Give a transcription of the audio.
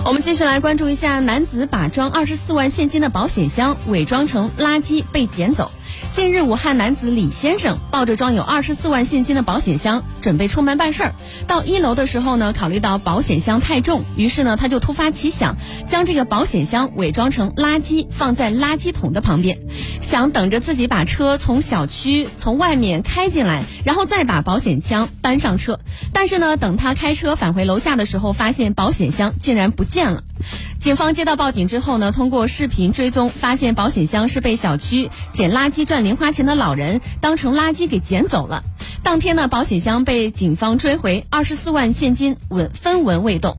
我们继续来关注一下，男子把装24万现金的保险箱伪装成垃圾被捡走。近日，武汉男子李先生抱着装有24万现金的保险箱，准备出门办事儿。到1楼的时候呢，考虑到保险箱太重，于是呢，他就突发奇想，将这个保险箱伪装成垃圾，放在垃圾桶的旁边，想等着自己把车从小区从外面开进来，然后再把保险箱搬上车。但是呢，等他开车返回楼下的时候，发现保险箱竟然不见了。警方接到报警之后呢，通过视频追踪，发现保险箱是被小区捡垃圾赚零花钱的老人当成垃圾给捡走了。当天呢，保险箱被警方追回，24万现金分文未动。